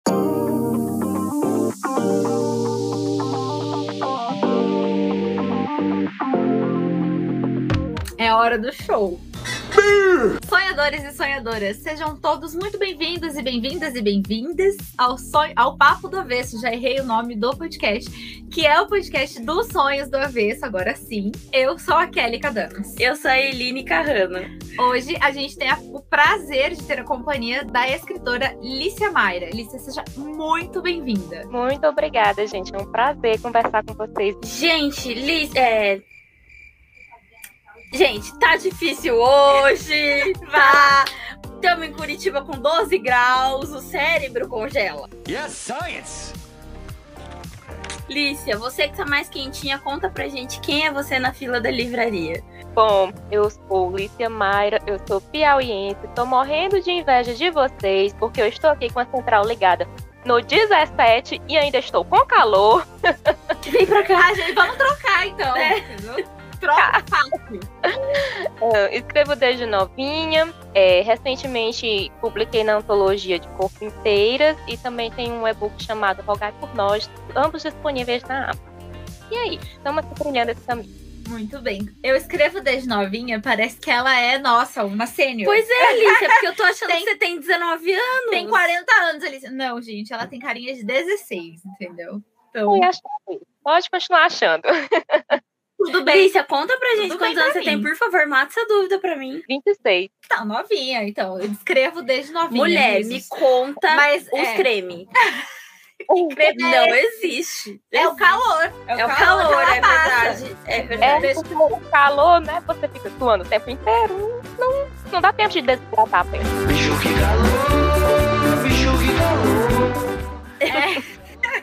É hora do show. Sonhadores e sonhadoras, sejam todos muito bem-vindos e bem-vindas e bem-vindas ao Papo do Avesso. Já errei o nome do podcast, que é o podcast dos sonhos do avesso, agora sim. Eu sou a Kelly Cadanos. Eu sou a Eline Carrano. Hoje a gente tem o prazer de ter a companhia da escritora Lícia Mayra. Lícia, seja muito bem-vinda. Muito obrigada, gente. É um prazer conversar com vocês. Gente, Lícia, Gente, tá difícil hoje, vá. Estamos em Curitiba com 12 graus, o cérebro congela. Yes, science! Lícia, você que tá mais quentinha, conta pra gente quem é você na fila da livraria. Bom, eu sou Lícia Mayra, eu sou piauiense, tô morrendo de inveja de vocês, porque eu estou aqui com a central ligada no 17 e ainda estou com calor. Vem pra cá, gente, vamos trocar então. Troca fácil. Escrevo desde novinha. Recentemente publiquei na antologia de Corpo Inteiras e também tem um e-book chamado Rogai por Nós, ambos disponíveis na Amazon. E aí, estamos aqui trilhando esse caminho. Muito bem. Eu escrevo desde novinha, parece que ela é, nossa, uma sênior. Pois é, Alicia, porque eu tô achando que você tem 19 anos. Tem 40 anos, Alicia. Não, gente, ela tem carinha de 16, entendeu? Então... Pode continuar achando. Tudo bem. Lícia, conta pra gente quantos anos você tem, por favor, mata essa dúvida pra mim. 26. Tá, novinha, então. Eu escrevo desde novinha. Mulher, me conta os creme. Creme não existe. É o calor. É o calor, é verdade. É verdade. O calor, né? Você fica suando o tempo inteiro. Não dá tempo de desidratar. Bicho que calor, bicho que calor.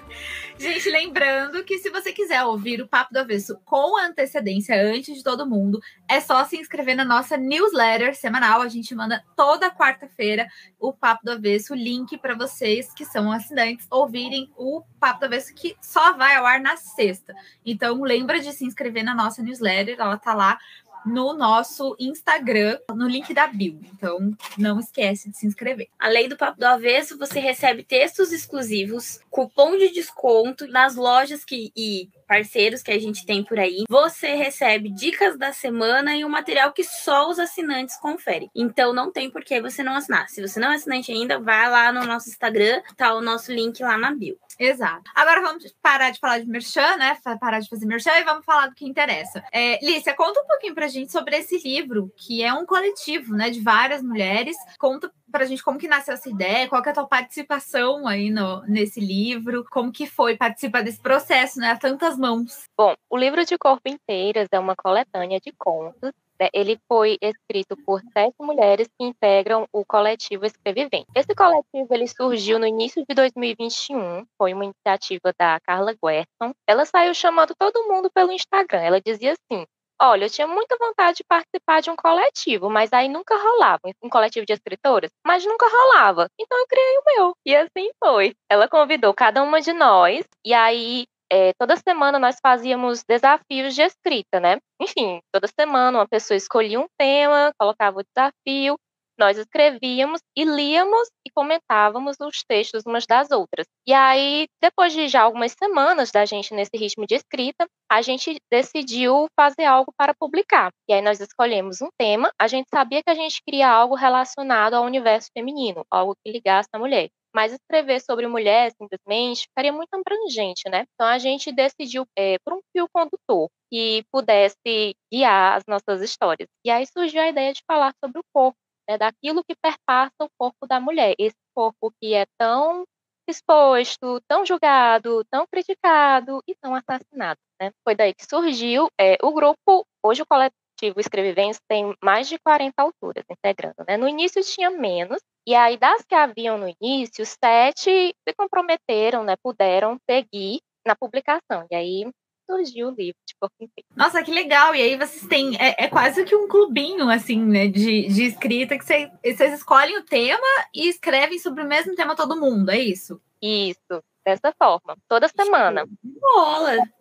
Gente, lembrando que se você quiser ouvir o Papo do Avesso com antecedência, antes de todo mundo, é só se inscrever na nossa newsletter semanal. A gente manda toda quarta-feira o Papo do Avesso, o link para vocês que são assinantes ouvirem o Papo do Avesso, que só vai ao ar na sexta. Então, lembra de se inscrever na nossa newsletter, ela tá lá no nosso Instagram, no link da bio. Então, não esquece de se inscrever. Além do Papo do Avesso, você recebe textos exclusivos, cupom de desconto nas lojas e parceiros que a gente tem por aí. Você recebe dicas da semana e um material que só os assinantes conferem. Então, não tem por que você não assinar. Se você não é assinante ainda, vai lá no nosso Instagram, tá o nosso link lá na bio. Exato. Agora vamos parar de falar de merchan, né? Parar de fazer merchan e vamos falar do que interessa. Lícia, conta um pouquinho pra gente sobre esse livro, que é um coletivo, né, de várias mulheres. Conta pra gente como que nasceu essa ideia, qual que é a tua participação aí nesse livro, como que foi participar desse processo, né, a tantas mãos. Bom, o livro de Corpo Inteiras é uma coletânea de contos. Ele foi escrito por 7 mulheres que integram o coletivo Escrevivente. Esse coletivo ele surgiu no início de 2021, foi uma iniciativa da Carla Guerson. Ela saiu chamando todo mundo pelo Instagram. Ela dizia assim: olha, eu tinha muita vontade de participar de um coletivo, mas aí nunca rolava. Um coletivo de escritoras, mas nunca rolava. Então eu criei o meu. E assim foi. Ela convidou cada uma de nós, e aí toda semana nós fazíamos desafios de escrita, né? Enfim, toda semana uma pessoa escolhia um tema, colocava o desafio, nós escrevíamos e líamos e comentávamos os textos umas das outras. E aí, depois de já algumas semanas da gente nesse ritmo de escrita, a gente decidiu fazer algo para publicar. E aí nós escolhemos um tema, a gente sabia que a gente queria algo relacionado ao universo feminino, algo que ligasse a mulher. Mas escrever sobre mulher, simplesmente, ficaria muito abrangente, né? Então, a gente decidiu por um fio condutor que pudesse guiar as nossas histórias. E aí surgiu a ideia de falar sobre o corpo, né? Daquilo que perpassa o corpo da mulher. Esse corpo que é tão exposto, tão julgado, tão criticado e tão assassinado, né? Foi daí que surgiu o grupo. Hoje o coletivo Escreviventes tem mais de 40 autoras integrando, né? No início tinha menos, e aí das que haviam no início, 7 se comprometeram, né? Puderam seguir na publicação, e aí surgiu o livro de Corpo Inteiro. Nossa, que legal! E aí vocês têm, quase que um clubinho, assim, né, de escrita, que vocês escolhem o tema e escrevem sobre o mesmo tema todo mundo, é isso? Isso, dessa forma, toda semana. Bola!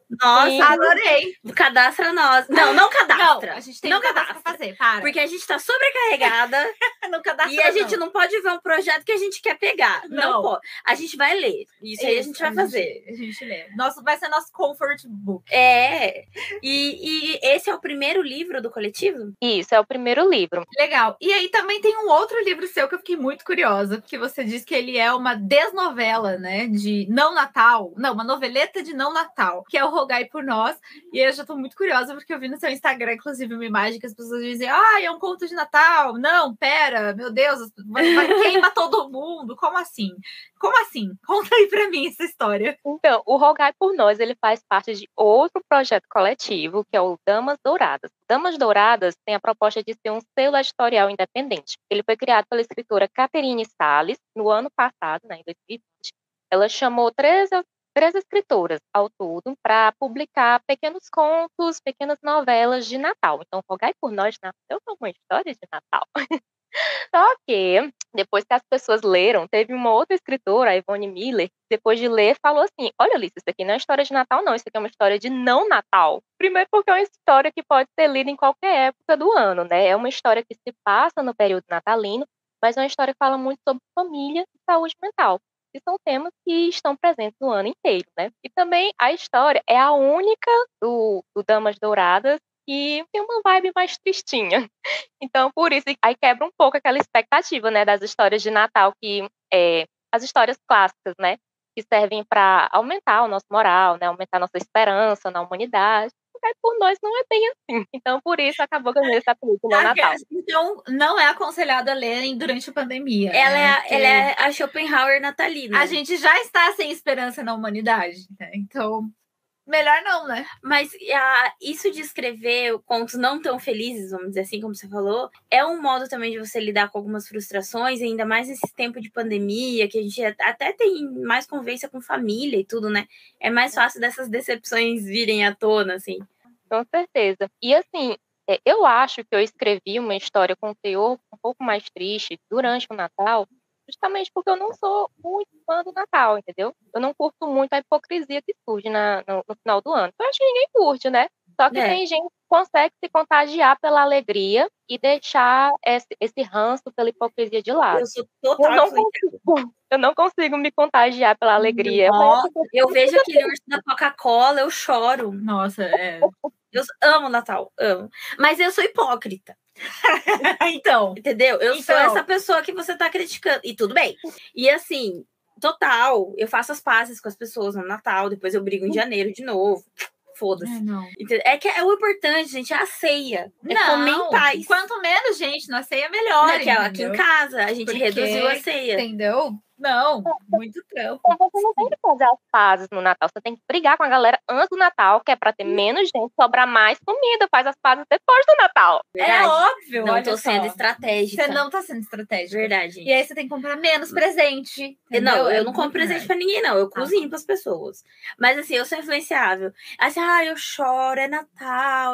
Nossa, Adorei. cadastra nós. Não cadastra. Não, a gente tem Não um cadastro pra cadastra. fazer, para. Porque a gente tá sobrecarregada não cadastra, e a gente não pode ver um projeto que a gente quer pegar. Não, Não. pode. A gente vai ler. Isso aí a gente vai fazer. A gente lê. Vai ser nosso comfort book. É. E esse é o primeiro livro do coletivo? Isso, é o primeiro livro. Legal. E aí também tem um outro livro seu que eu fiquei muito curiosa, porque você diz que ele é uma desnovela, né, de não Natal. Não, uma noveleta de não Natal, que é o Rogai por Nós. E eu já tô muito curiosa, porque eu vi no seu Instagram, inclusive, uma imagem que as pessoas dizem, é um conto de Natal. Não, pera, meu Deus, queima todo mundo. Como assim? Como assim? Conta aí pra mim essa história. Então, o Rogai por Nós, ele faz parte de outro projeto coletivo, que é o Damas Douradas. Damas Douradas tem a proposta de ser um selo editorial independente. Ele foi criado pela escritora Caterine Salles no ano passado, em 2020. Ela chamou 13 escritoras ao todo para publicar pequenos contos, pequenas novelas de Natal. Então, Rogai por Nós nasceu como uma história de Natal. Só que, depois que as pessoas leram, teve uma outra escritora, a Ivone Miller, depois de ler, falou assim, olha, Alice, isso aqui não é história de Natal, não, isso aqui é uma história de não Natal. Primeiro porque é uma história que pode ser lida em qualquer época do ano, né? É uma história que se passa no período natalino, mas é uma história que fala muito sobre família e saúde mental, que são temas que estão presentes no ano inteiro, né? E também a história é a única do Damas Douradas que tem uma vibe mais tristinha. Então, por isso, aí quebra um pouco aquela expectativa, né, das histórias de Natal, que as histórias clássicas, né, que servem para aumentar o nosso moral, né, aumentar a nossa esperança na humanidade. Porque por nós não é bem assim. Então, por isso, acabou ganhando essa película no Natal. Então, não é aconselhado a ler durante a pandemia. Ela é a Schopenhauer natalina. A gente já está sem esperança na humanidade, né? Então, melhor não, né? Mas isso de escrever contos não tão felizes, vamos dizer assim, como você falou, é um modo também de você lidar com algumas frustrações, ainda mais nesse tempo de pandemia, que a gente até tem mais convivência com família e tudo, né? É mais fácil dessas decepções virem à tona, assim. Com certeza. E assim, eu acho que eu escrevi uma história com teor um pouco mais triste durante o Natal, justamente porque eu não sou muito fã do Natal, entendeu? Eu não curto muito a hipocrisia que surge no final do ano. Eu acho que ninguém curte, né? Só que tem gente que consegue se contagiar pela alegria e deixar esse ranço pela hipocrisia de lado. Eu sou total eu não consigo me contagiar pela alegria. Nossa, eu vejo aquele urso da Coca-Cola, eu choro. Nossa, Eu amo Natal, amo. Mas eu sou hipócrita. Então. Entendeu? Eu sou essa pessoa que você tá criticando. E tudo bem. E assim, total, eu faço as pazes com as pessoas no Natal, depois eu brigo em janeiro de novo. Foda-se. É que é o importante, gente, é a ceia. É comer em paz. Quanto menos gente na ceia, melhor. Aqui em casa, a gente reduziu a ceia. Entendeu? Não, muito trampo. Você não tem que fazer as pazes no Natal. Você tem que brigar com a galera antes do Natal, que é pra ter menos gente, sobrar mais comida. Faz as pazes depois do Natal. Verdade. É óbvio. Não tô sendo estratégica. Você não tá sendo estratégica. Verdade. E aí você tem que comprar menos presente. Entendeu? Não, eu não compro presente pra ninguém, não. Eu cozinho pras pessoas. Mas assim, eu sou influenciável. Assim, eu choro, é Natal,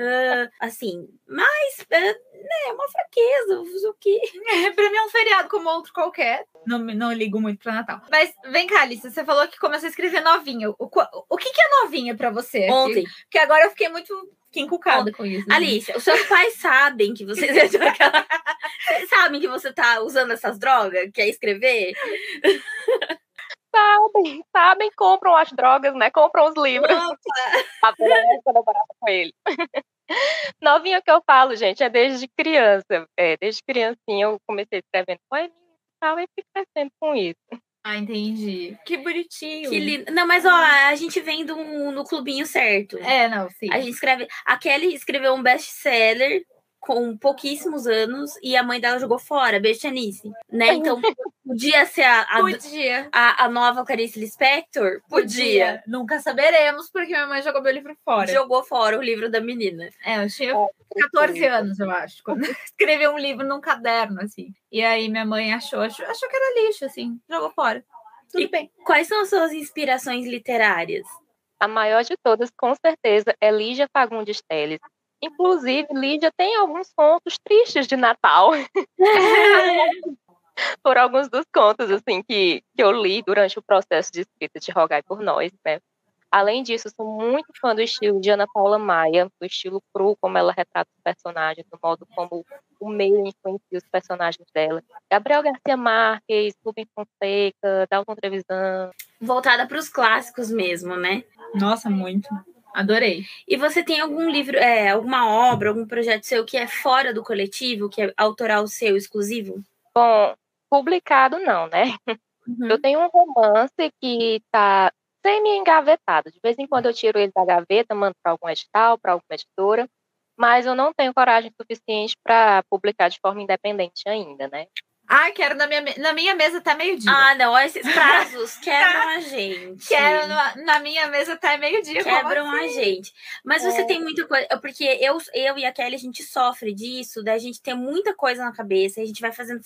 assim. Mas é uma fraqueza, o quê? Pra mim é um feriado como outro qualquer. Não ligo muito pra Natal. Mas vem cá, Alice, você falou que começou a escrever novinha. O que é novinha pra você? Ontem. Porque agora eu fiquei muito encucada com isso. Alice, os seus pais sabem que você... Vocês sabem que você tá usando essas drogas? Quer escrever? Sabem, compram as drogas, né? Compram os livros. Quando eu morava com ele. Novinha que eu falo, gente, é desde criança. Desde criancinha eu comecei escrevendo poeminha e tal, e fui crescendo com isso. Entendi. Que bonitinho. Que lindo. Não, mas a gente vem no clubinho certo. Não, sim. A gente escreve... A Kelly escreveu um best-seller com pouquíssimos anos e a mãe dela jogou fora, beijo Janice, né? Então, podia ser a nova Clarice Lispector? Podia. Nunca saberemos, porque minha mãe jogou meu livro fora. Jogou fora o livro da menina. Eu tinha 14 anos, eu acho, quando eu escrevi um livro num caderno, assim. E aí minha mãe achou que era lixo, assim, jogou fora. Tudo bem. Quais são as suas inspirações literárias? A maior de todas, com certeza, é Lígia Fagundes Telles. Inclusive, Lídia tem alguns contos tristes de Natal. Por alguns dos contos assim, que eu li durante o processo de escrita de Rogai por Nós, né? Além disso, eu sou muito fã do estilo de Ana Paula Maia, do estilo cru, como ela retrata os personagens, do modo como o meio influencia os personagens dela. Gabriel Garcia Marques, Rubem Fonseca, Dalton Trevisan. Voltada para os clássicos mesmo, né? Nossa, muito. Adorei. E você tem algum livro, alguma obra, algum projeto seu que é fora do coletivo, que é autoral seu, exclusivo? Bom, publicado não, né? Eu tenho um romance que está semi-engavetado. De vez em quando eu tiro ele da gaveta, mando para algum edital, para alguma editora, mas eu não tenho coragem suficiente para publicar de forma independente ainda, né? Ai, quero na minha mesa até meio-dia. Ah, não, esses prazos quebram a gente. Quero na minha mesa até meio-dia. Quebram a gente. Mas você tem muita coisa. Porque eu e a Kelly, a gente sofre disso, da gente ter muita coisa na cabeça, a gente vai fazendo.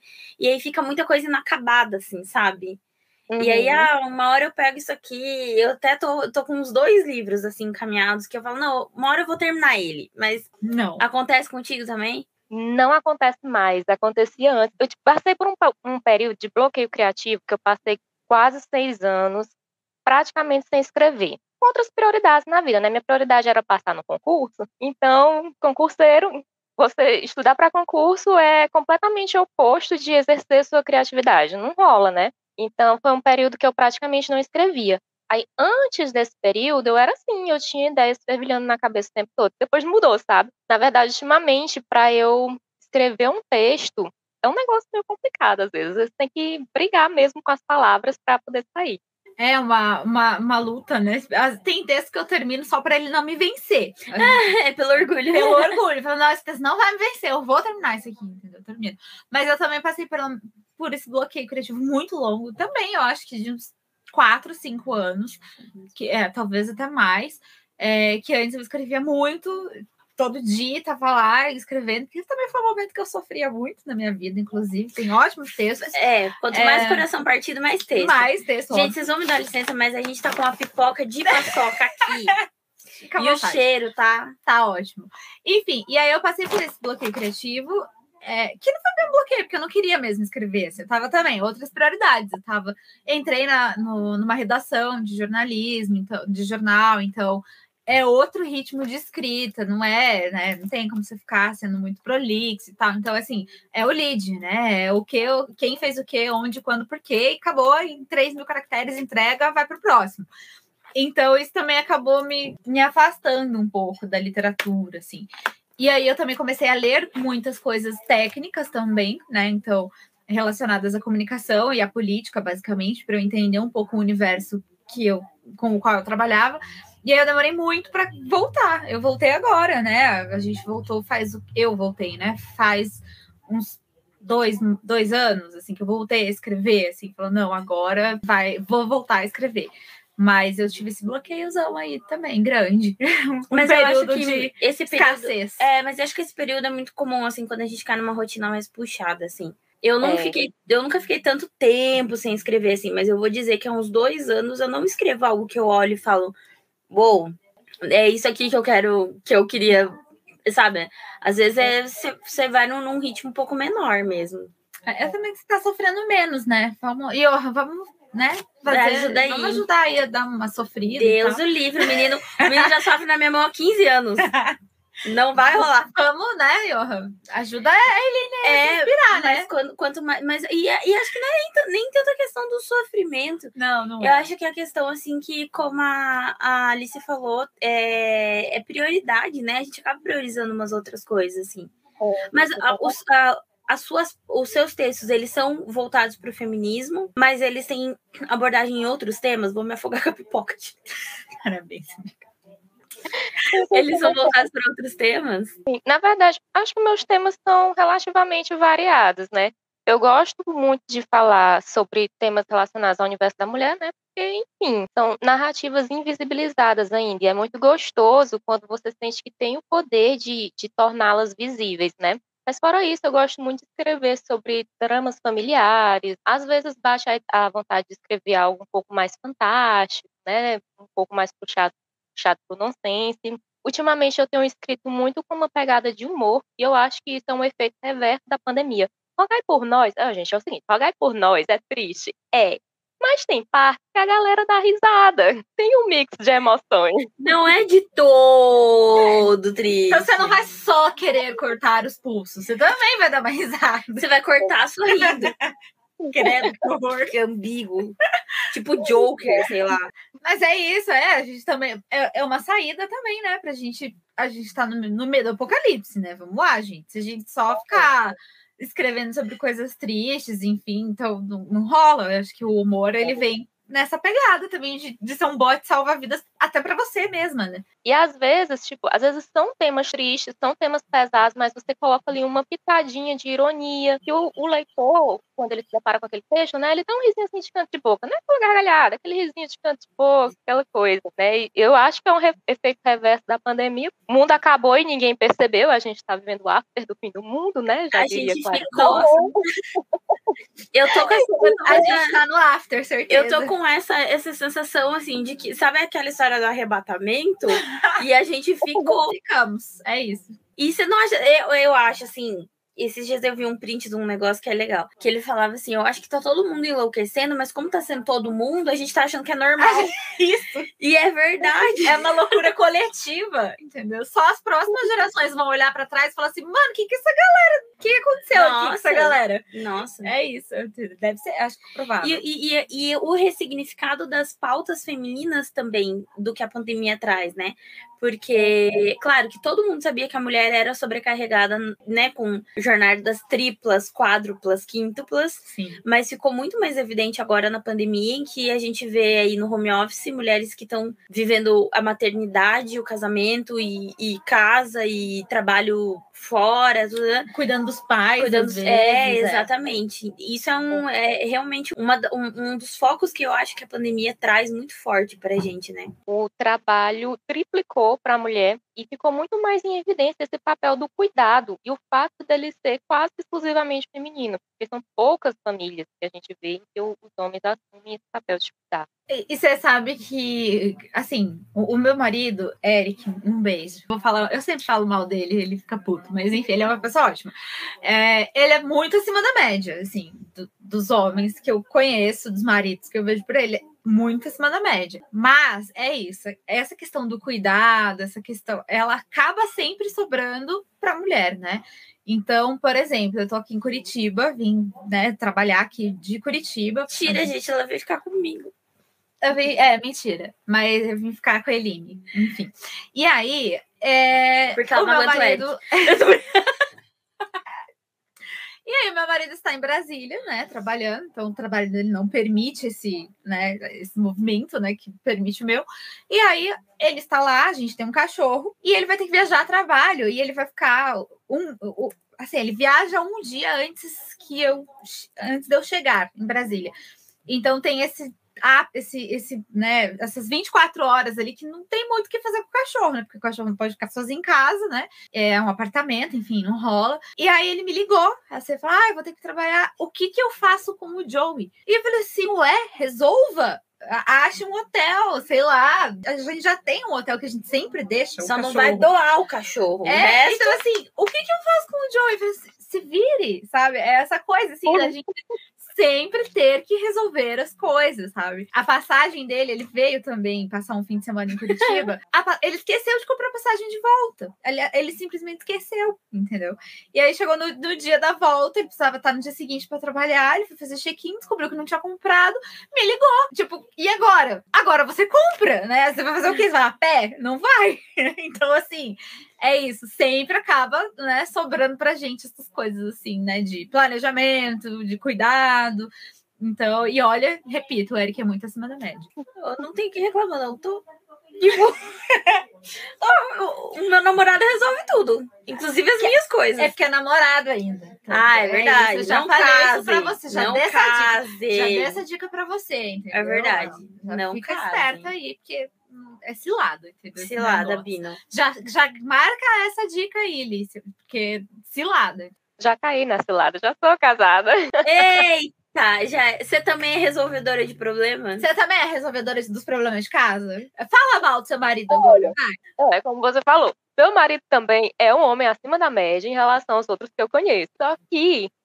E aí fica muita coisa inacabada, assim, sabe? E aí, uma hora eu pego isso aqui, eu até tô com uns 2 livros, assim, encaminhados, que eu falo, não, uma hora eu vou terminar ele. Mas não. Acontece contigo também? Não acontece mais, acontecia antes. Eu passei por um período de bloqueio criativo que eu passei quase 6 anos praticamente sem escrever. Outras prioridades na vida, né? Minha prioridade era passar no concurso. Então, concurseiro, você estudar para concurso é completamente oposto de exercer sua criatividade. Não rola, né? Então, foi um período que eu praticamente não escrevia. Aí, antes desse período, eu era assim, eu tinha ideias fervilhando na cabeça o tempo todo. Depois mudou, sabe? Na verdade, ultimamente, para eu escrever um texto, é um negócio meio complicado, às vezes. Você tem que brigar mesmo com as palavras para poder sair. É uma luta, né? Tem texto que eu termino só para ele não me vencer. É pelo orgulho. Pelo orgulho. Falando, não, esse texto não vai me vencer, eu vou terminar isso aqui, entendeu? Eu termino. Mas eu também passei por esse bloqueio criativo muito longo. Também, eu acho que de uns 4, 5 anos, que talvez até mais, que antes eu escrevia muito, todo dia tava lá escrevendo, que também foi um momento que eu sofria muito na minha vida, inclusive, tem ótimos textos. Quanto mais coração partido, mais texto. Mais texto. Gente, vocês vão me dar licença, mas a gente tá com uma pipoca de paçoca aqui. E o cheiro tá ótimo. Enfim, e aí eu passei por esse bloqueio criativo, que não foi bem um bloqueio, porque eu não queria mesmo escrever. Assim, eu tava também, outras prioridades. Entrei numa redação de jornalismo, então, de jornal, então é outro ritmo de escrita, não é, né? Não tem como você ficar sendo muito prolixo e tal. Então, assim, é o lead, né? É o que, quem fez o que, onde, quando, por quê, e acabou em 3.000 caracteres, entrega, vai pro próximo. Então, isso também acabou me afastando um pouco da literatura, assim. E aí eu também comecei a ler muitas coisas técnicas também, né? Então, relacionadas à comunicação e à política, basicamente, para eu entender um pouco o universo com o qual eu trabalhava. E aí eu demorei muito para voltar. Eu voltei agora, né? A gente voltou eu voltei, né? Faz uns 2 anos, assim, que eu voltei a escrever, assim, falando, não, agora vou voltar a escrever. Mas eu tive esse bloqueiozão aí também, grande. Mas eu acho que esse escassez. Mas eu acho que esse período é muito comum, assim, quando a gente cai numa rotina mais puxada, assim. Eu nunca fiquei tanto tempo sem escrever, assim, mas eu vou dizer que há uns 2 anos eu não escrevo algo que eu olho e falo, uou, é isso aqui que eu queria, sabe? Às vezes você vai num ritmo um pouco menor mesmo. Eu também tá sofrendo menos, né? Vamos, né? Vamos ajudar aí a dar uma sofrida. Deus o livre, o menino já sofre na minha mão há 15 anos. Não vai rolar. Vamos, né, Johan? Ajuda ele, né? A inspirar, né? Quanto mais. E acho que não é nem tanta questão do sofrimento. Não. Eu acho que a questão, assim, que, como a Alice falou, é prioridade, né? A gente acaba priorizando umas outras coisas, assim. Mas os seus textos, eles são voltados para o feminismo, mas eles têm abordagem em outros temas. Vou me afogar com a pipoca. Parabéns, amiga. Eles são voltados para outros temas? Sim, na verdade, acho que meus temas são relativamente variados, né? Eu gosto muito de falar sobre temas relacionados ao universo da mulher, né? Porque, enfim, são narrativas invisibilizadas ainda. E é muito gostoso quando você sente que tem o poder de torná-las visíveis, né? Mas fora isso, eu gosto muito de escrever sobre dramas familiares. Às vezes bate a vontade de escrever algo um pouco mais fantástico, né? Um pouco mais puxado por nonsense. Ultimamente eu tenho escrito muito com uma pegada de humor, e eu acho que isso é um efeito reverso da pandemia. Rogai por nós, gente, é o seguinte, rogai por nós é triste, Mas tem parte que a galera dá risada. Tem um mix de emoções. Não é de todo triste. Então você não vai só querer cortar os pulsos, você também vai dar uma risada. Você vai cortar sorrindo. Credo, que horror. Que ambíguo. Tipo Joker, sei lá. Mas é isso, a gente também. É uma saída também, né? Pra gente. A gente tá no meio do apocalipse, né? Vamos lá, gente. Se a gente só ficar escrevendo sobre coisas tristes, enfim, então não rola. Eu acho que o humor ele vem nessa pegada também de ser um bote salva-vidas até pra você mesma, né? E às vezes são temas tristes, são temas pesados, mas você coloca ali uma pitadinha de ironia, que o leitor, quando ele se depara com aquele texto, né, ele dá um risinho assim de canto de boca, não é aquela gargalhada, aquele risinho de canto de boca, aquela coisa, né? E eu acho que é um efeito reverso da pandemia. O mundo acabou e ninguém percebeu, a gente tá vivendo o after do fim do mundo, né? Já A diria gente quase. ficou. Eu tô com A gente tá no after, certeza. Eu tô com essa sensação, assim, de que... Sabe aquela história do arrebatamento? E a gente ficou... Ficamos, é isso. E você não acha... Eu acho, assim... Esses dias eu vi um print de um negócio que é legal. Que ele falava assim, eu acho que tá todo mundo enlouquecendo, mas como tá sendo todo mundo, a gente tá achando que é normal. Isso. E é verdade. É uma loucura coletiva, entendeu? Só as próximas gerações vão olhar pra trás e falar assim, mano, o que essa galera... O que aconteceu aqui com essa galera? Nossa. É isso. Deve ser, acho que provável. E o ressignificado das pautas femininas também, do que a pandemia traz, né? Porque, claro, que todo mundo sabia que a mulher era sobrecarregada, né? Com jornadas triplas, quádruplas, quíntuplas. Sim. Mas ficou muito mais evidente agora na pandemia, em que a gente vê aí no home office mulheres que estão vivendo a maternidade, o casamento e casa e trabalho fora, cuidando dos pais, cuidando às vezes, exatamente. Isso é realmente um dos focos que eu acho que a pandemia traz muito forte pra gente, né? O trabalho triplicou para a mulher e ficou muito mais em evidência esse papel do cuidado e o fato dele ser quase exclusivamente feminino, porque são poucas famílias que a gente vê em que os homens assumem esse papel de cuidar. E você sabe que, assim, o meu marido, Eric, um beijo. Vou falar, eu sempre falo mal dele, ele fica puto, mas enfim, ele é uma pessoa ótima. Ele é muito acima da média, assim, dos homens que eu conheço, dos maridos que eu vejo por ele, muito acima da média. Mas é isso, essa questão do cuidado, essa questão, ela acaba sempre sobrando para a mulher, né? Então, por exemplo, eu tô aqui em Curitiba, vim, né, trabalhar aqui de Curitiba. Tira, gente, ela veio ficar comigo. Mentira. Mas eu vim ficar com a Eline. Enfim. E aí... Porque ela o não meu aguenta marido... E aí, o meu marido está em Brasília, né? Trabalhando. Então, o trabalho dele não permite esse movimento, né? Que permite o meu. E aí, ele está lá, a gente tem um cachorro. E ele vai ter que viajar a trabalho. E ele vai ficar... assim, ele viaja um dia antes de eu chegar em Brasília. Então, tem essas 24 horas ali que não tem muito o que fazer com o cachorro, né? Porque o cachorro não pode ficar sozinho em casa, né? É um apartamento, enfim, não rola. E aí ele me ligou. Aí você fala, eu vou ter que trabalhar. O que eu faço com o Joey? E eu falei assim, resolva. Ache um hotel, sei lá. A gente já tem um hotel que a gente sempre deixa. Só não vai doar o cachorro. Então, assim, o que eu faço com o Joey? Se vire, sabe? É essa coisa, assim, da gente sempre ter que resolver as coisas, sabe? A passagem dele, ele veio também passar um fim de semana em Curitiba. Ele esqueceu de comprar a passagem de volta. Ele simplesmente esqueceu, entendeu? E aí chegou no dia da volta, ele precisava estar no dia seguinte para trabalhar, ele foi fazer check-in, descobriu que não tinha comprado, me ligou. Tipo, e agora? Agora você compra, né? Você vai fazer o quê? Você vai a pé? Não vai. Então, assim... É isso, sempre acaba, né, sobrando pra gente essas coisas assim, né, de planejamento, de cuidado. Então, e olha, repito, o Eric é muito acima da média. Eu não tenho que reclamar, não. O meu namorado resolve tudo, inclusive as minhas coisas. É porque é namorado ainda. Então, é verdade. Eu já falei isso pra você, já dei essa dica pra você, entendeu? É verdade. Não fica esperta aí, porque é cilado, entendeu? Cilada, Bino. Já marca essa dica aí, Lícia, porque cilada. Já caí na cilada, já sou casada. Eita, você também é resolvedora de problemas? Você também é resolvedora dos problemas de casa? Fala mal do seu marido agora. Como você falou. Meu marido também é um homem acima da média em relação aos outros que eu conheço. Só que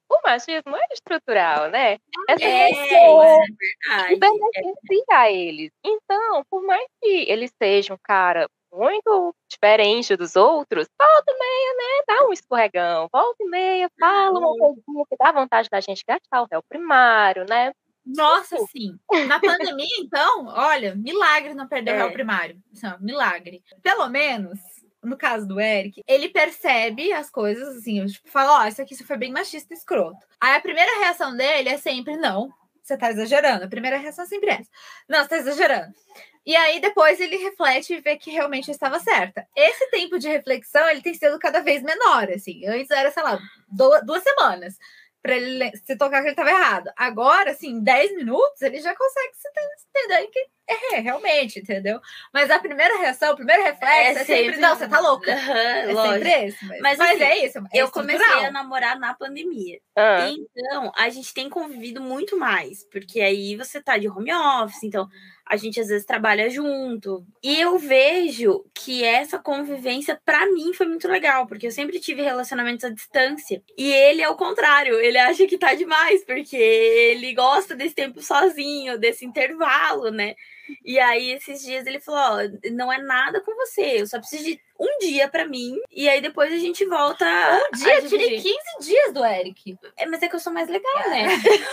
o machismo é estrutural, né? Essa É pessoa verdade. beneficia a eles. Então, por mais que ele seja um cara muito diferente dos outros, volta e meia, né? Dá um escorregão, volta e meia, fala uma coisinha que dá vontade da gente gastar o réu primário, né? Nossa, sim. Na pandemia, então, olha, milagre não perder o réu primário. Assim, ó, milagre. Pelo menos, no caso do Eric, ele percebe as coisas, assim, tipo, fala, ó, isso aqui foi bem machista e escroto. Aí a primeira reação dele é sempre, não, você tá exagerando. A primeira reação é sempre essa. Não, você tá exagerando. E aí, depois, ele reflete e vê que realmente estava certa. Esse tempo de reflexão, ele tem sido cada vez menor, assim. Antes era, sei lá, 2 semanas para ele se tocar que ele estava errado. Agora, assim, em 10 minutos, ele já consegue se entender que realmente, entendeu? Mas a primeira reação, o primeiro reflexo é sempre não, você tá louca. É sempre esse. Mas assim, é isso. Eu comecei a namorar na pandemia. Então, a gente tem convivido muito mais. Porque aí você tá de home office, então a gente às vezes trabalha junto. E eu vejo que essa convivência, pra mim, foi muito legal. Porque eu sempre tive relacionamentos à distância. E ele é o contrário. Ele acha que tá demais. Porque ele gosta desse tempo sozinho, desse intervalo, né? E aí, esses dias, ele falou, ó, não é nada com você. Eu só preciso de um dia pra mim. E aí, depois a gente volta... Um dia? Eu tirei 15 dias do Eric. Mas é que eu sou mais legal, né?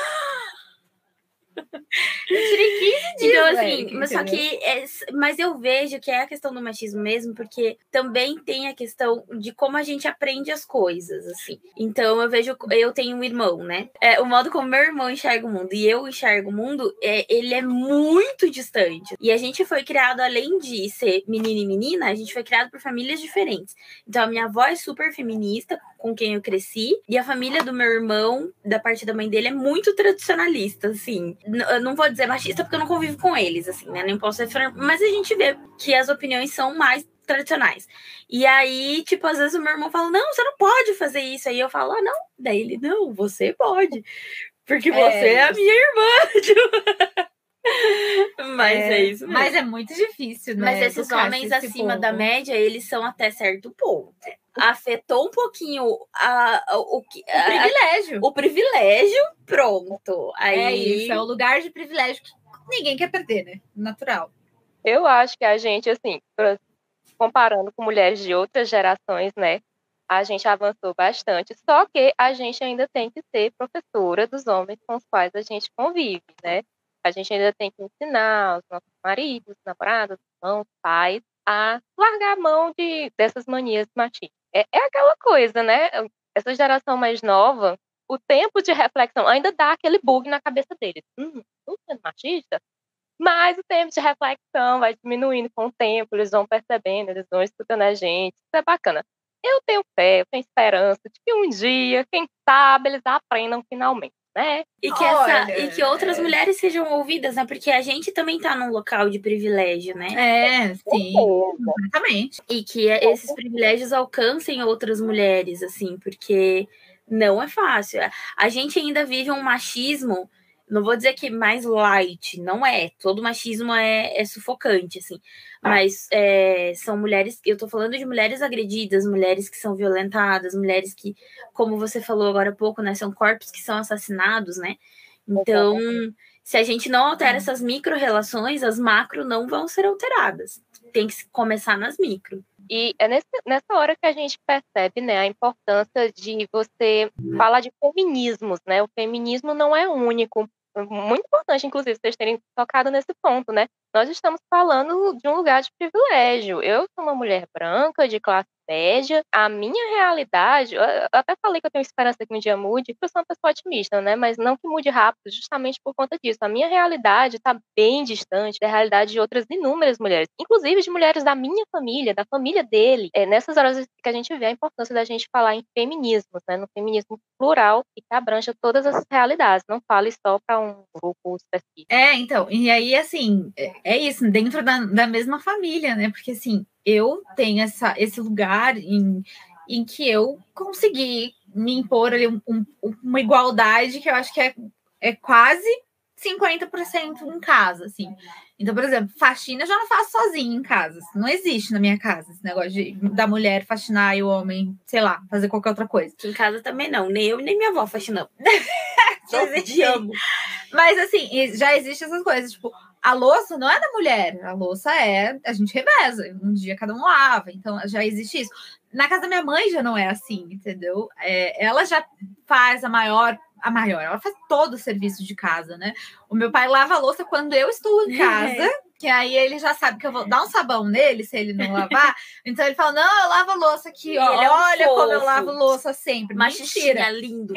Eu tirei 15 dias. Então, assim, Eric, mas só que mas eu vejo que é a questão do machismo mesmo, porque também tem a questão de como a gente aprende as coisas, assim. Então, eu tenho um irmão, né? O modo como meu irmão enxerga o mundo e eu enxergo o mundo, ele é muito distante. E a gente foi criado, além de ser menino e menina, a gente foi criado por famílias diferentes. Então, a minha avó é super feminista, com quem eu cresci, e a família do meu irmão, da parte da mãe dele, é muito tradicionalista, assim. Eu não vou dizer machista porque eu não convivo com eles, assim, né? Nem posso referir, mas a gente vê que as opiniões são mais tradicionais. E aí, tipo, às vezes o meu irmão fala, não, você não pode fazer isso. Aí eu falo, ah, não. Daí ele, não, você pode. Porque você é a minha irmã. Mas é isso mesmo. Mas é muito difícil, né? Mas esses homens acima da média, eles são até certo ponto. Afetou um pouquinho o privilégio. O privilégio, pronto. Aí... É isso, é o lugar de privilégio que ninguém quer perder, né? Natural. Eu acho que a gente, assim, comparando com mulheres de outras gerações, né? A gente avançou bastante, só que a gente ainda tem que ser professora dos homens com os quais a gente convive, né? A gente ainda tem que ensinar os nossos maridos, namorados, irmãos, pais, a largar a mão dessas manias machistas. É aquela coisa, né? Essa geração mais nova, o tempo de reflexão ainda dá aquele bug na cabeça deles. Estou sendo machista? Mas o tempo de reflexão vai diminuindo com o tempo, eles vão percebendo, eles vão escutando a gente. Isso é bacana. Eu tenho fé, eu tenho esperança de que um dia, quem sabe, eles aprendam finalmente, né? E que outras mulheres sejam ouvidas, né? Porque a gente também tá num local de privilégio, né? Sim, completamente. E que esses privilégios alcancem outras mulheres, assim, porque não é fácil. A gente ainda vive um machismo, não vou dizer que mais light, não é. Todo machismo é sufocante, assim. Mas são mulheres, eu tô falando de mulheres agredidas, mulheres que são violentadas, mulheres que, como você falou agora há pouco, né, são corpos que são assassinados, né? Então, se a gente não altera essas micro-relações, as macro não vão ser alteradas. Tem que começar nas micro. E é nessa hora que a gente percebe, né, a importância de você falar de feminismos, né? O feminismo não é único. Muito importante, inclusive, vocês terem tocado nesse ponto, né? Nós estamos falando de um lugar de privilégio. Eu sou uma mulher branca, de classe média. A minha realidade, eu até falei que eu tenho esperança que um dia mude, porque eu sou uma pessoa otimista, né? Mas não que mude rápido, justamente por conta disso. A minha realidade está bem distante da realidade de outras inúmeras mulheres, inclusive de mulheres da minha família, da família dele. Nessas horas que a gente vê a importância da gente falar em feminismos, né? No feminismo plural e que abranja todas as realidades, não fale só para um grupo específico. Então, e aí, assim, é isso, dentro da mesma família, né? Porque, assim, eu tenho esse lugar em que eu consegui me impor ali uma igualdade que eu acho que é quase 50% em casa, assim. Então, por exemplo, faxina eu já não faço sozinha em casa. Não existe na minha casa esse negócio da mulher faxinar e o homem, sei lá, fazer qualquer outra coisa. Aqui em casa também não. Nem eu, nem minha avó faxinamos. Amo. Mas, assim, já existem essas coisas. Tipo, a louça não é da mulher. A louça a gente reveza. Um dia cada um lava. Então, já existe isso. Na casa da minha mãe já não é assim, entendeu? Ela já faz a maior, ela faz todo o serviço de casa, né? O meu pai lava a louça quando eu estou em casa, que aí ele já sabe que eu vou dar um sabão nele se ele não lavar. Então ele fala: não, eu lavo a louça aqui, ó. Ele é um Olha como eu fofo. lavo louça sempre. Mentira, lindo.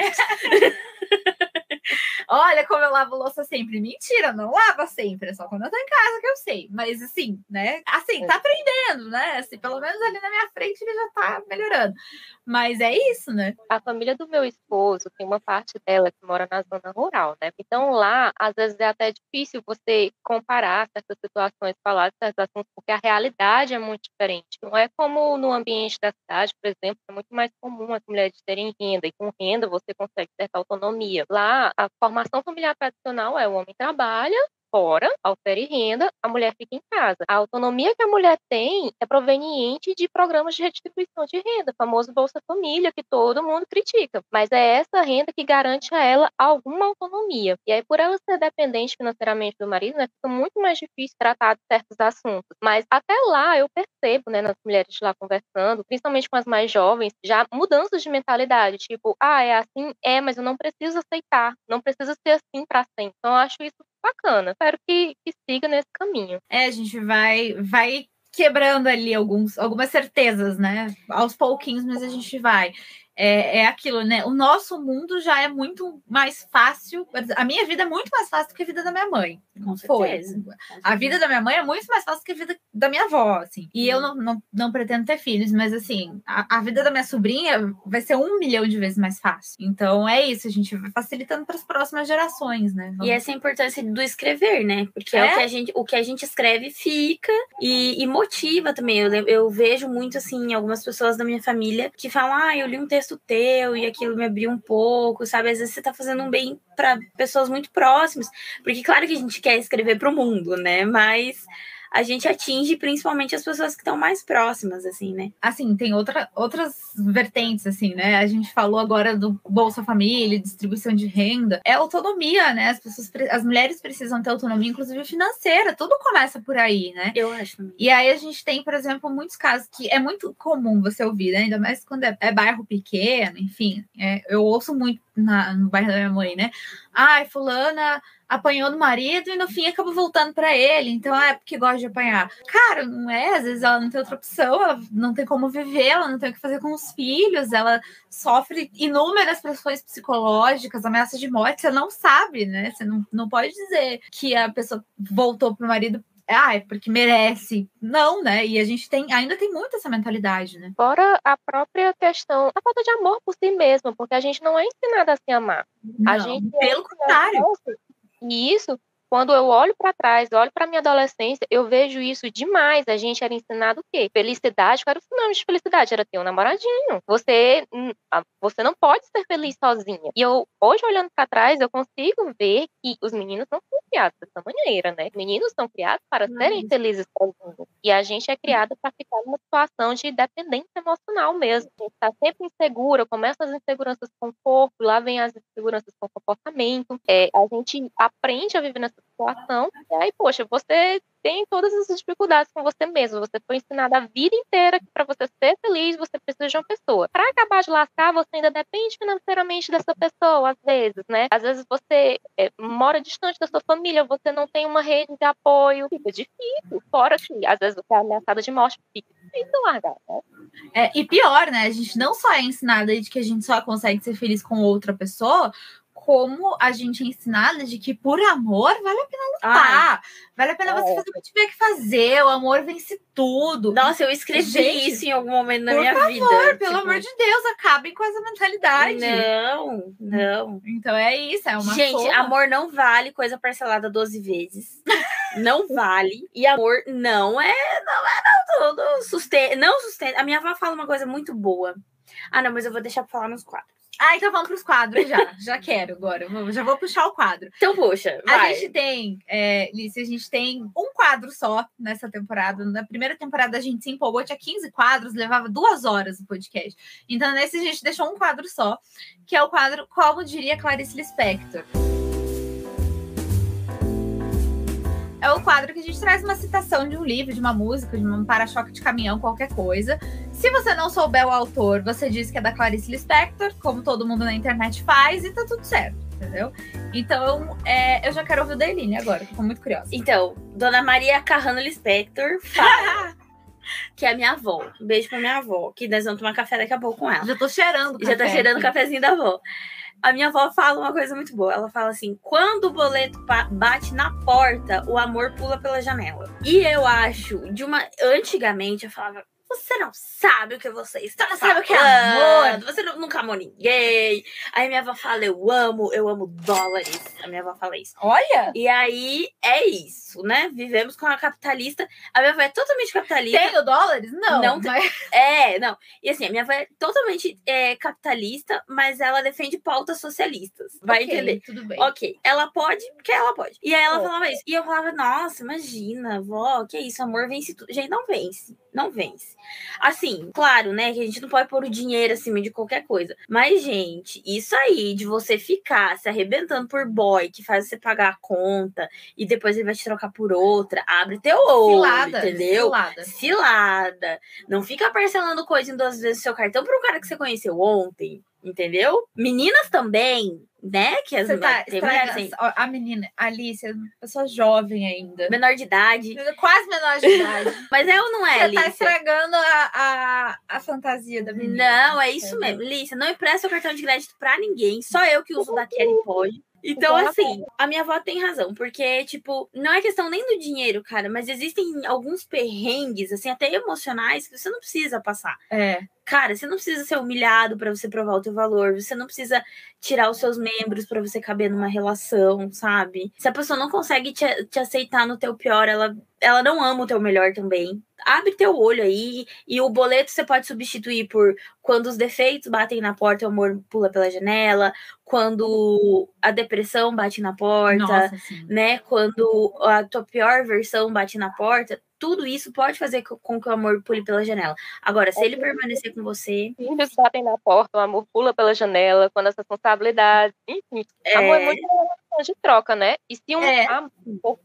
Olha como eu lavo louça sempre. Mentira, não lava sempre. É só quando eu tô em casa que eu sei. Mas assim, né? Assim, tá aprendendo, né? Assim, pelo menos ali na minha frente ele já tá melhorando. Mas é isso, né? A família do meu esposo tem uma parte dela que mora na zona rural, né? Então lá, às vezes é até difícil você comparar certas situações, falar de certos assuntos, porque a realidade é muito diferente. Não é como no ambiente da cidade, por exemplo, é muito mais comum as mulheres terem renda, e com renda você consegue certa autonomia. Lá, a formação familiar tradicional é o homem trabalha fora, altere renda, a mulher fica em casa. A autonomia que a mulher tem é proveniente de programas de redistribuição de renda, famoso Bolsa Família, que todo mundo critica. Mas é essa renda que garante a ela alguma autonomia. E aí, por ela ser dependente financeiramente do marido, né, fica muito mais difícil tratar de certos assuntos. Mas até lá eu percebo, né, nas mulheres lá conversando, principalmente com as mais jovens, já mudanças de mentalidade, tipo, é assim, mas eu não preciso aceitar, não precisa ser assim para sempre. Então eu acho isso bacana. Espero que siga nesse caminho. A gente vai quebrando ali algumas certezas, né? Aos pouquinhos, mas a gente vai. É aquilo, né? O nosso mundo já é muito mais fácil. A minha vida é muito mais fácil do que a vida da minha mãe. Com certeza. A vida da minha mãe é muito mais fácil do que a vida da minha avó, assim. E eu não pretendo ter filhos, mas assim, a vida da minha sobrinha vai ser 1 milhão de vezes mais fácil. Então é isso, a gente vai facilitando para as próximas gerações, né? E essa é a importância do escrever, né? Porque o que a gente escreve fica e motiva também. Eu vejo muito, assim, algumas pessoas da minha família que falam: eu li um texto teu e aquilo me abriu um pouco, sabe? Às vezes você tá fazendo um bem para pessoas muito próximas, porque claro que a gente quer escrever para o mundo, né? Mas a gente atinge principalmente as pessoas que estão mais próximas, assim, né? Assim, tem outras vertentes, assim, né? A gente falou agora do Bolsa Família, distribuição de renda. É autonomia, né? As mulheres precisam ter autonomia, inclusive financeira. Tudo começa por aí, né? Eu acho. E aí a gente tem, por exemplo, muitos casos que é muito comum você ouvir, né? Ainda mais quando é bairro pequeno, enfim. Eu ouço muito no bairro da minha mãe, né? Fulana apanhou no marido e no fim acabou voltando para ele, então é porque gosta de apanhar. Cara, não é, às vezes ela não tem outra opção, ela não tem como viver, ela não tem o que fazer com os filhos, ela sofre inúmeras pressões psicológicas, ameaças de morte, você não sabe, né? Você não pode dizer que a pessoa voltou pro marido é porque merece. Não, né? E a gente ainda tem muito essa mentalidade, né? Fora a própria questão, a falta de amor por si mesma, porque a gente não é ensinada a se amar. A gente pelo contrário. E isso, quando eu olho para trás, olho para minha adolescência, eu vejo isso demais. A gente era ensinado o quê? Felicidade, qual era o sinônimo de felicidade? Era ter um namoradinho. Você não pode ser feliz sozinha. E hoje, olhando para trás, eu consigo ver que os meninos não são criados dessa maneira, né? Meninos são criados para serem felizes sozinhos. E a gente é criada para ficar numa situação de dependência emocional mesmo. A gente está sempre insegura, começa as inseguranças com o corpo, lá vem as inseguranças com o comportamento. A gente aprende a viver nessa situação, e aí, poxa, você tem todas essas dificuldades com você mesmo, você foi ensinado a vida inteira que para você ser feliz, você precisa de uma pessoa. Para acabar de lascar, você ainda depende financeiramente dessa pessoa, às vezes, né? Às vezes você mora distante da sua família, você não tem uma rede de apoio, fica difícil. Fora que, às vezes, você é ameaçada de morte, fica difícil largar, né? E pior, né? A gente não só é ensinada de que a gente só consegue ser feliz com outra pessoa, como a gente é ensinada de que por amor vale a pena lutar. Vale a pena você fazer o que tiver que fazer. O amor vence tudo. Nossa, eu escrevi isso em algum momento da minha vida. Por favor, pelo amor de Deus, acabem com essa mentalidade. Não. Então é isso, é uma Gente, amor não vale coisa parcelada 12 vezes. Não vale. E amor não é tudo. Não sustenta. A minha avó fala uma coisa muito boa. Não, mas eu vou deixar pra falar nos quadros. Então vamos pros quadros já. Já quero agora. Já vou puxar o quadro. Então, puxa, A vai. gente tem, Lícia, a gente tem um quadro só nessa temporada. Na primeira temporada a gente se empolgou, tinha 15 quadros, levava 2 horas o podcast. Então nesse a gente deixou um quadro só, que é o quadro Como Diria Clarice Lispector. É o quadro que a gente traz uma citação de um livro, de uma música, de um para-choque de caminhão, qualquer coisa. Se você não souber o autor, você diz que é da Clarice Lispector, como todo mundo na internet faz, e tá tudo certo, entendeu? Então, eu já quero ouvir o da Eline agora, tô muito curiosa. Então, Dona Maria Carrano Lispector fala que é a minha avó. Um beijo pra minha avó, que nós vamos tomar café daqui a pouco com ela. Já tô cheirando o café. Já tá cheirando o aqui. cafezinho da avó. A minha avó fala uma coisa muito boa. Ela fala assim: quando o boleto bate na porta, o amor pula pela janela. E eu acho, antigamente eu falava: você não sabe o que você está falando. Sabe o que é amor? Você nunca amou ninguém. Aí minha avó fala: eu amo dólares. A minha avó fala isso. Olha! E aí é isso, né? Vivemos com a capitalista. A minha avó é totalmente capitalista. Tenho dólares? Não. Não mas... não. E assim, a minha avó é totalmente capitalista, mas ela defende pautas socialistas. Vai Ok, entender. Tudo bem. Ok, ela pode, porque ela pode. E aí ela falava isso. E eu falava: nossa, imagina, vó, que isso, amor vence tudo. Gente, não vence. Não vence. Assim, claro, né, que a gente não pode pôr o dinheiro acima de qualquer coisa. Mas, gente, isso aí de você ficar se arrebentando por boy, que faz você pagar a conta e depois ele vai te trocar por outra, abre teu olho, entendeu? Cilada. Não fica parcelando coisa em 2 vezes o seu cartão para um cara que você conheceu ontem, entendeu? Meninas também, né? Que as Você tá tem mulheres assim, a menina, a Alice, é uma pessoa jovem ainda. menor de idade. Quase menor de idade. Mas é ou não é, Você tá Lícia? estragando a fantasia da menina. Não, é isso mesmo. Lícia, não empresta o cartão de crédito pra ninguém. Só eu que uso da Kelly pode. Então, assim, a minha avó tem razão. Porque, tipo, não é questão nem do dinheiro, cara. Mas existem alguns perrengues, assim, até emocionais, que você não precisa passar. Cara, você não precisa ser humilhado pra você provar o teu valor. Você não precisa tirar os seus membros pra você caber numa relação, sabe? Se a pessoa não consegue te aceitar no teu pior, ela não ama o teu melhor também. Abre teu olho aí. E o boleto você pode substituir por quando os defeitos batem na porta, o amor pula pela janela. Quando a depressão bate na porta. Nossa, sim. Né? Quando a tua pior versão bate na porta. Tudo isso pode fazer com que o amor pule pela janela. Agora, se ele permanecer com você... Filhos batem na porta, o amor pula pela janela, quando as responsabilidades... Enfim, amor é muito uma relação de troca, né? E se amor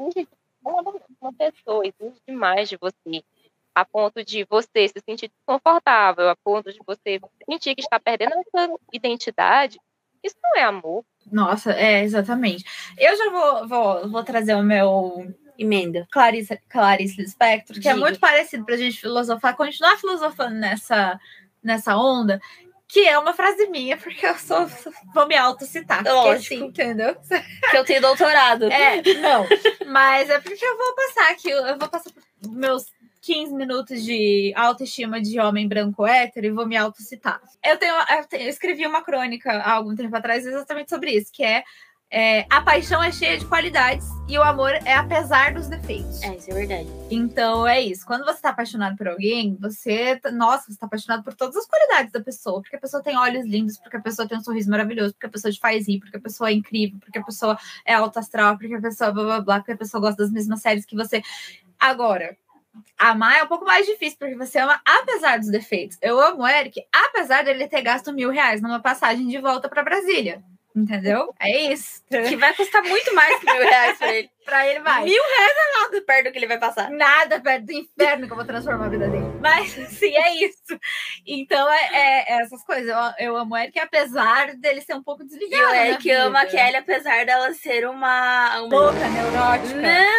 uma pessoa exige demais de você, a ponto de você se sentir desconfortável, a ponto de você sentir que está perdendo a sua identidade, isso não é amor. Nossa, exatamente. Eu já vou trazer o meu... emenda. Clarice Lispector, que Diga. é muito parecido pra gente filosofar, continuar filosofando nessa onda, que é uma frase minha, porque eu vou me autocitar. Lógico. Assim, entendeu? Que eu tenho doutorado. Não. Mas é porque eu vou passar aqui, eu vou passar por meus 15 minutos de autoestima de homem branco hétero e vou me autocitar. Eu escrevi uma crônica há algum tempo atrás exatamente sobre isso, que é a paixão é cheia de qualidades e o amor é apesar dos defeitos. Isso é verdade. Então é isso. Quando você tá apaixonado por alguém, você tá apaixonado por todas as qualidades da pessoa. Porque a pessoa tem olhos lindos, porque a pessoa tem um sorriso maravilhoso, porque a pessoa te faz rir, porque a pessoa é incrível, porque a pessoa é alto astral, porque a pessoa blá blá blá, porque a pessoa gosta das mesmas séries que você. Agora, amar é um pouco mais difícil, porque você ama apesar dos defeitos. Eu amo o Eric, apesar dele ter gasto R$1.000 numa passagem de volta pra Brasília. Entendeu? É isso. Que vai custar muito mais que R$1.000 pra ele. Pra ele vai. R$1.000 é nada perto do que ele vai passar. Nada perto do inferno que eu vou transformar a vida dele. Mas, sim, é isso. Então, essas coisas. Eu amo o Eric, apesar dele ser um pouco desligado. E o Eric ama a Kelly, apesar dela ser uma louca, neurótica.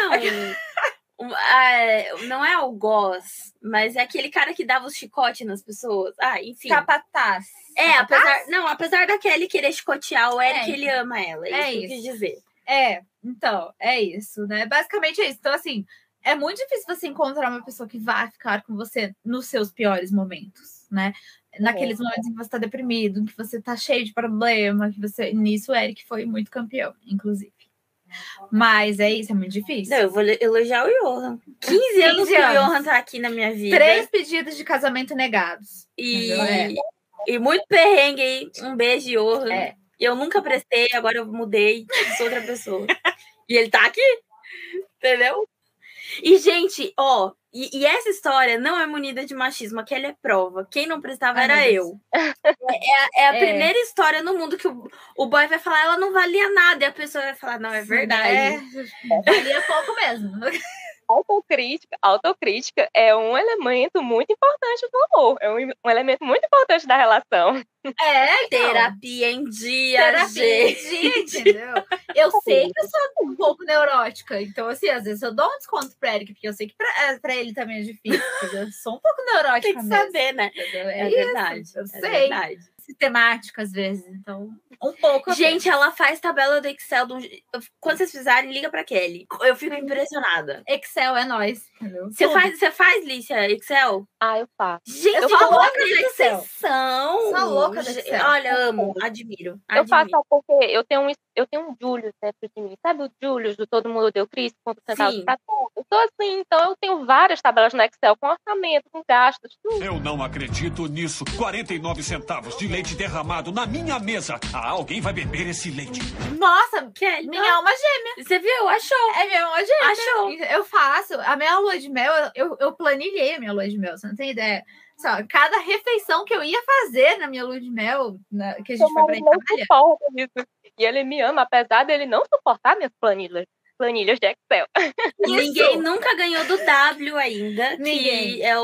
Não é algoz, mas é aquele cara que dava os chicotes nas pessoas. Enfim. Capataz. Apesar da Kelly querer chicotear o Eric, ele ama ela. É isso que eu quis dizer. Então, é isso, né? Basicamente é isso. Então, assim, é muito difícil você encontrar uma pessoa que vai ficar com você nos seus piores momentos, né? Naqueles momentos em que você tá deprimido, em que você tá cheio de problema, nisso o Eric foi muito campeão, inclusive. Mas é isso, é muito difícil. Não, eu vou elogiar o Johan. 15 anos que o Johan tá aqui na minha vida. 3 pedidos de casamento negados. E E muito perrengue aí. Um beijo, Johan. É. Eu nunca prestei, agora eu mudei, sou outra pessoa. E ele tá aqui, entendeu? E, gente, ó, e essa história não é munida de machismo, aquela é prova. Quem não prestava Ai, era meu Deus. eu. É a É. primeira história no mundo que o boy vai falar, ela não valia nada. E a pessoa vai falar, não, é verdade. Valia pouco mesmo. Autocrítica é um elemento muito importante do amor. É um elemento muito importante da relação. É, então. Terapia em dia, Terapia em gente. dia, entendeu? Eu sei que eu sou um pouco neurótica, então, assim, às vezes eu dou um desconto pra Eric, porque eu sei que pra ele também é difícil, entendeu? Eu sou um pouco neurótica Tem que mesmo, saber, né? entendeu? É isso, verdade. eu é sei. verdade. Sistemática, às vezes, então, um pouco. Gente, ela faz tabela do Excel. Quando vocês precisarem, liga pra Kelly. Eu fico impressionada. Excel é nóis, entendeu? Você faz, Lícia, Excel? Eu faço. Gente, Eu sou como louca acredito do que Excel. vocês são? Sou louca do Excel. Olha, amo, admiro. Eu faço porque eu tenho um Julius dentro de mim. Sabe o Julius do Todo Mundo Deu Cris? Quanto centavos Sim. pra tudo? Eu sou assim, então eu tenho várias tabelas no Excel com orçamento, com gastos, tudo. Eu não acredito nisso. 49 centavos de leite derramado na minha mesa. Alguém vai beber esse leite. Nossa, Kelly, minha alma gêmea. você viu? Achou. É minha alma gêmea. Achou. Eu faço. A minha lua de mel, eu planilhei a minha lua de mel, você não tem ideia. Só, cada refeição que eu ia fazer na minha lua de mel, que a gente foi pra ir trabalhar. Suporta isso. E ele me ama, apesar dele não suportar minhas planilhas de Excel. Ninguém nunca ganhou do W ainda. Ninguém. Que é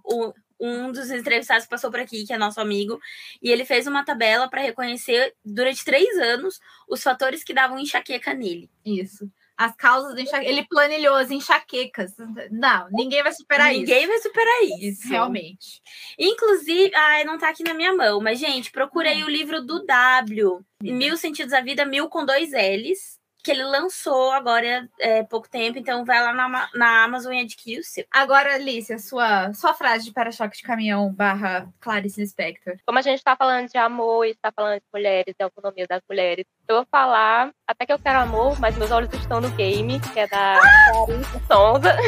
um dos entrevistados que passou por aqui, que é nosso amigo, e ele fez uma tabela para reconhecer, durante 3 anos, os fatores que davam enxaqueca nele. Isso. As causas da enxaqueca. Ele planilhou as enxaquecas. Não, ninguém vai superar isso. Ninguém vai superar isso. Realmente. Inclusive, não tá aqui na minha mão, mas, gente, procurei o livro do W, 1000 Sentidos da Vida, 1000 com 2 L's, que ele lançou agora há pouco tempo, então vai lá na Amazon e adquire o seu. Agora, Alicia, sua frase de para-choque de caminhão / Clarice Lispector. Como a gente está falando de amor, está falando de mulheres, de autonomia das mulheres, eu vou falar, até que eu quero amor, mas meus olhos estão no game, que é da Clarice Sonza.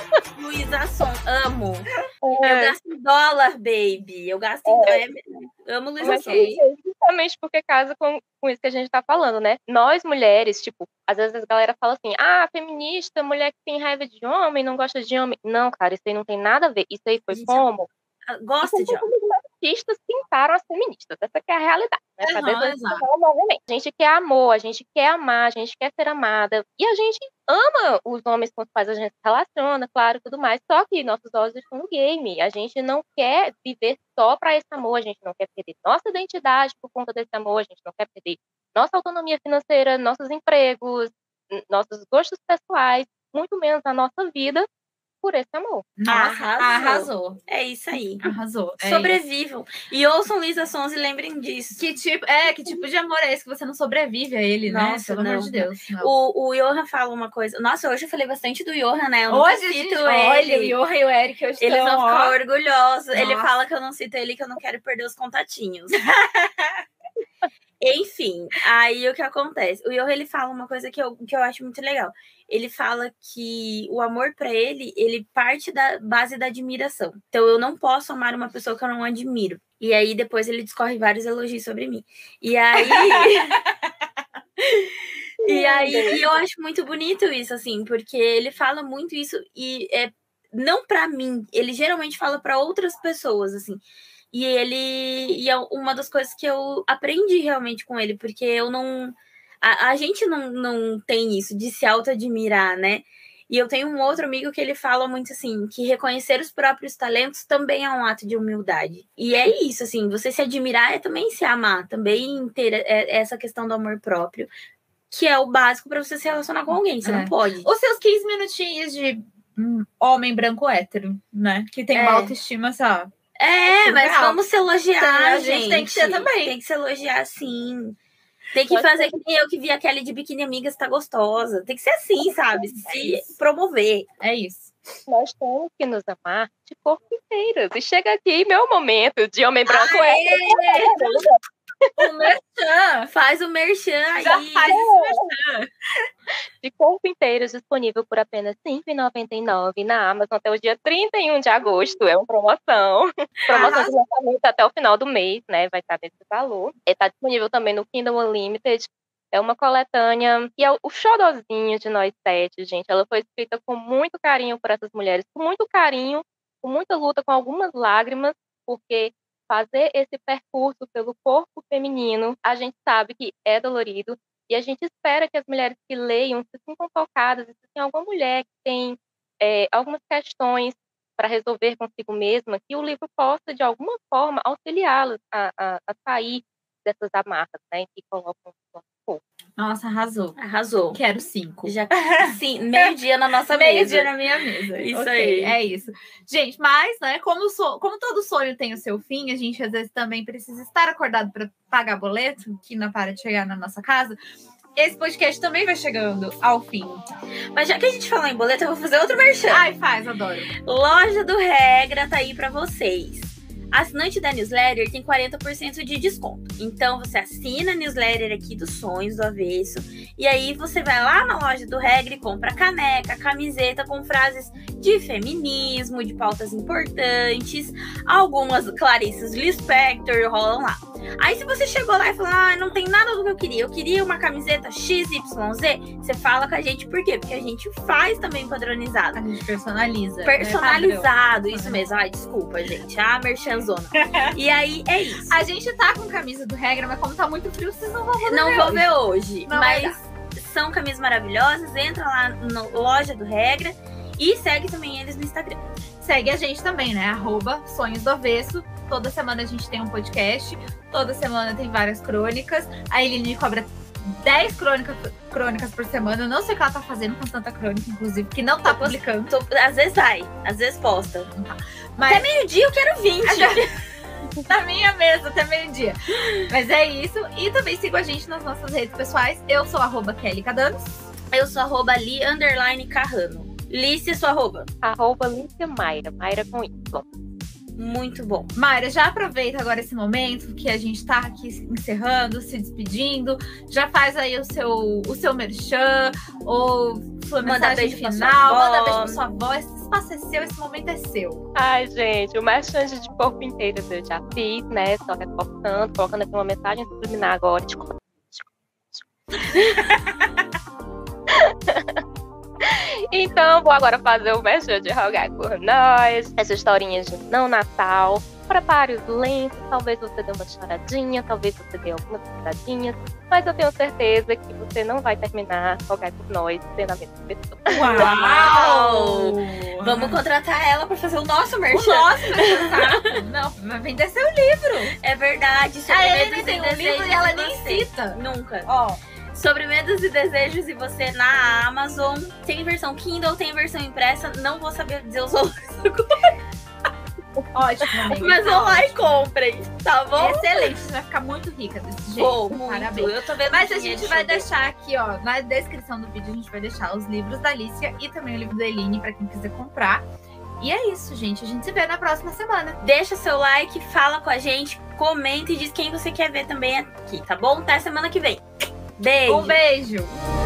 Luísa Son, amo. Eu gasto em dólar, baby. Eu gasto em dólar. Amo Luísa Son. Justamente porque casa com isso que a gente tá falando, né? Nós, mulheres, tipo, às vezes a galera fala assim, feminista, mulher que tem raiva de homem, não gosta de homem. Não, cara, isso aí não tem nada a ver. Isso aí foi como... Gosta de homem. Os machistas pintaram as feministas. Essa que é a realidade, né? Exato. A gente quer amor, a gente quer amar, a gente quer ser amada. E a gente ama os homens com os quais a gente se relaciona, claro, tudo mais. Só que nossos olhos estão no game. A gente não quer viver só para esse amor. A gente não quer perder nossa identidade por conta desse amor. A gente não quer perder nossa autonomia financeira, nossos empregos, nossos gostos pessoais, muito menos a nossa vida por esse amor. Nossa, arrasou. É isso aí. Arrasou. Sobrevivam. E ouçam Luísa Sons e lembrem disso. Que tipo de amor é esse que você não sobrevive a ele, né? Nossa, Pelo amor não. de Deus. Não. O Johan fala uma coisa. Nossa, hoje eu falei bastante do Johan, né? Eu não Hoje, cito gente, ele. olha, o Johan e o Eric hoje Eles estão, vão ficar orgulhosos. Nossa. Ele fala que eu não cito ele, que eu não quero perder os contatinhos. Enfim, aí o que acontece? O Johan, ele fala uma coisa que eu acho muito legal. Ele fala que o amor pra ele parte da base da admiração. Então eu não posso amar uma pessoa que eu não admiro. E aí depois ele discorre vários elogios sobre mim. E aí e eu acho muito bonito isso, assim, porque ele fala muito isso e não pra mim, ele geralmente fala pra outras pessoas, assim. E é uma das coisas que eu aprendi realmente com ele, porque eu não... A gente não tem isso de se auto-admirar, né? E eu tenho um outro amigo que ele fala muito assim, que reconhecer os próprios talentos também é um ato de humildade. E é isso, assim, você se admirar é também se amar, também ter essa questão do amor próprio, que é o básico para você se relacionar com alguém, você não pode. Os seus 15 minutinhos de homem branco hétero, né? Que tem uma autoestima, sabe? Mas vamos se elogiar, a gente tem que ser também. Tem que se elogiar, sim. Tem que fazer que nem eu que vi a Kelly de biquíni amiga, está gostosa. Tem que ser assim, sabe? Se promover. É isso. Nós temos que nos amar de corpo inteiro. E chega aqui meu momento de homem branco hétero. O merchan. Faz o merchan aí. Já faz esse merchan. De corpo inteiro, disponível por apenas R$ 5,99 na Amazon até o dia 31 de agosto. É uma promoção. Promoção de lançamento até o final do mês, né? Vai estar nesse valor. Está disponível também no Kindle Unlimited. É uma coletânea e é o xodozinho de nós 7, gente. Ela foi escrita com muito carinho por essas mulheres, com muito carinho, com muita luta, com algumas lágrimas, porque fazer esse percurso pelo corpo feminino, a gente sabe que é dolorido e a gente espera que as mulheres que leiam se sintam tocadas, e se tem alguma mulher que tem algumas questões para resolver consigo mesma, que o livro possa, de alguma forma, auxiliá-las a sair dessas amarras, né, que colocam no nosso corpo. Nossa, arrasou. Arrasou. Quero 5. Já, sim, meio-dia na nossa mesa. Meio-dia na minha mesa. Isso Ok, aí. É isso. Gente, mas, né, como todo sonho tem o seu fim, a gente às vezes também precisa estar acordado para pagar boleto, que não para de chegar na nossa casa. Esse podcast também vai chegando ao fim. Mas já que a gente falou em boleto, eu vou fazer outro merchan. Ai, faz, adoro. Loja do Regra tá aí pra vocês. Assinante da newsletter tem 40% de desconto. Então você assina a newsletter aqui dos Sonhos do Avesso e aí você vai lá na loja do Regra e compra caneca, camiseta com frases de feminismo, de pautas importantes, algumas Clarice Lispector rolam lá. Aí se você chegou lá e falou, não tem nada do que eu queria uma camiseta XYZ, você fala com a gente, por quê? Porque a gente faz também padronizado. A gente personaliza. Personalizado, né? isso mesmo. Ai, desculpa, gente. Merchanzona. E aí, é isso. A gente tá com camisa do Regra, mas como tá muito frio, vocês não vão poder Não ver vou hoje. ver hoje. Não vai Mas são camisas maravilhosas. Entra lá na loja do Regra e segue também eles no Instagram. Segue a gente também, né? @Sonhos do Avesso. Toda semana a gente tem um podcast. Toda semana tem várias crônicas. A Eline cobra 10 crônicas por semana. Eu não sei o que ela tá fazendo com tanta crônica, inclusive, que não tá publicando. Às vezes sai, às vezes posta. Mas Até meio-dia eu quero 20. na minha mesa até meio-dia. Mas é isso. E também sigam a gente nas nossas redes pessoais. Eu sou @Kelly Cadanos. Eu sou @Li_Carrano. Lícia, sua arroba? Lícia Mayra. Mayra com Y. Muito bom. Mayra, já aproveita agora esse momento que a gente tá aqui encerrando, se despedindo. Já faz aí o seu merchan, ou sua Manda mensagem beijo pra final. sua avó. Manda beijo pra sua avó. Esse espaço é seu, esse momento é seu. Ai, gente, o merchan de corpo inteiro eu já fiz, né? Só reforçando, colocando aqui uma mensagem subliminar agora. Então, vou agora fazer o merchan de Rogai por Nós. Essa historinha de não Natal. Prepare os lenços, talvez você dê uma choradinha, talvez você dê algumas choradinhas, mas eu tenho certeza que você não vai terminar Rogai por Nós sendo a mesma pessoa. Uau! Vamos contratar ela pra fazer o nosso merchan. Não, vai vender seu livro. É verdade. A Eline tem um livro e ela nem cita. Nunca. Ó. Sobre Medos e Desejos e você na Amazon. Tem versão Kindle, tem versão impressa. Não vou saber dizer os valores agora. Ótimo, amiga. Mas vão lá e comprem, tá bom? Excelente, você vai ficar muito rica desse jeito. Bom, muito. Parabéns. Eu tô vendo. Mas a gente vai deixar aqui, ó, na descrição do vídeo, a gente vai deixar os livros da Alicia e também o livro da Eline pra quem quiser comprar. E é isso, gente. A gente se vê na próxima semana. Deixa seu like, fala com a gente, comenta e diz quem você quer ver também aqui, tá bom? Até semana que vem. Beijo. Um beijo.